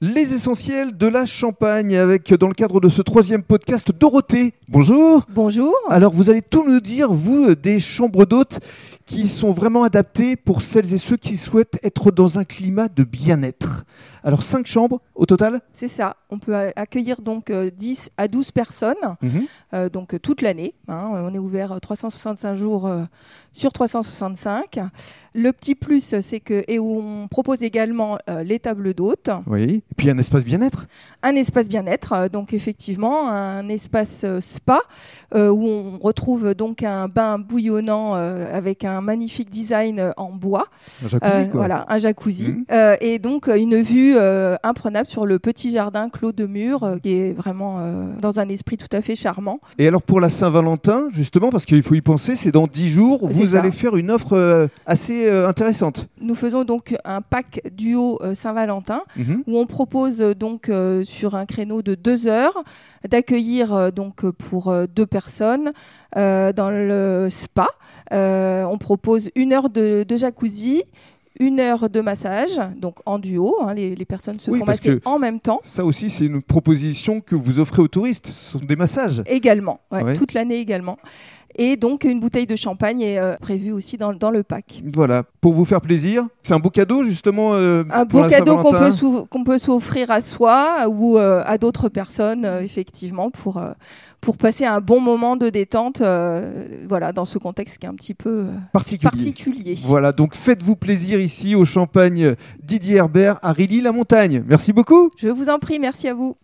Les essentiels de la Champagne avec, dans le cadre de ce 3e podcast, Dorothée. Bonjour. Bonjour. Alors, vous allez tout nous dire, vous, des chambres d'hôtes qui sont vraiment adaptées pour celles et ceux qui souhaitent être dans un climat de bien-être. Alors, 5 chambres au total ? C'est ça. On peut accueillir donc 10 à 12 personnes, donc toute l'année. On est ouvert 365 jours sur 365. Le petit plus, c'est on propose également les tables d'hôtes. Oui. Et puis un espace bien-être. Un espace bien-être, donc effectivement un espace spa où on retrouve donc un bain bouillonnant avec un magnifique design en bois. Un jacuzzi, quoi. Voilà, un jacuzzi. Et donc une vue imprenable sur le petit jardin clos de murs qui est vraiment dans un esprit tout à fait charmant. Et alors pour la Saint-Valentin, justement, parce qu'il faut y penser, c'est dans 10 jours, vous allez faire une offre assez intéressante. Nous faisons donc un pack duo Saint-Valentin où on propose donc sur un créneau de 2 heures d'accueillir donc pour 2 personnes dans le spa. On propose 1 heure de jacuzzi, 1 heure de massage, donc en duo, les personnes se font masser en même temps. Ça aussi, c'est une proposition que vous offrez aux touristes, ce sont des massages. Également, toute l'année également. Et donc, une bouteille de champagne est prévue aussi dans le pack. Voilà, pour vous faire plaisir. C'est un beau cadeau, justement. Un beau cadeau qu'on peut s'offrir à soi ou à d'autres personnes, effectivement, pour passer un bon moment de détente dans ce contexte qui est un petit peu particulier. Voilà, donc faites-vous plaisir ici au Champagne Didier Herbert à Rilly-la-Montagne. Merci beaucoup. Je vous en prie, merci à vous.